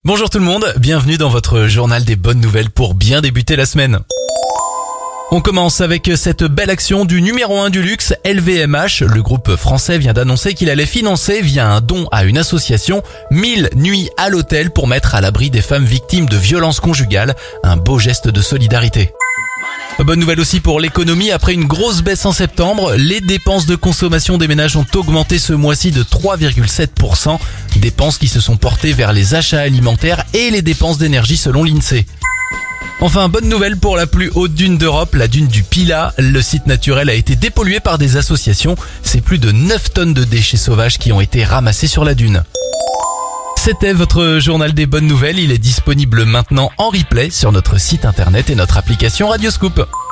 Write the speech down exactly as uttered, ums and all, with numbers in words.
Bonjour tout le monde, bienvenue dans votre journal des bonnes nouvelles pour bien débuter la semaine. On commence avec cette belle action du numéro un du luxe, L V M H. Le groupe français vient d'annoncer qu'il allait financer via un don à une association mille nuits à l'hôtel pour mettre à l'abri des femmes victimes de violences conjugales. Un beau geste de solidarité. Bonne nouvelle aussi pour l'économie, après une grosse baisse en septembre, les dépenses de consommation des ménages ont augmenté ce mois-ci de trois virgule sept pour cent, dépenses qui se sont portées vers les achats alimentaires et les dépenses d'énergie selon l'INSEE. Enfin, bonne nouvelle pour la plus haute dune d'Europe, la dune du Pilat. Le site naturel a été dépollué par des associations, c'est plus de neuf tonnes de déchets sauvages qui ont été ramassés sur la dune. C'était votre journal des bonnes nouvelles, il est disponible maintenant en replay sur notre site internet et notre application Radioscoop.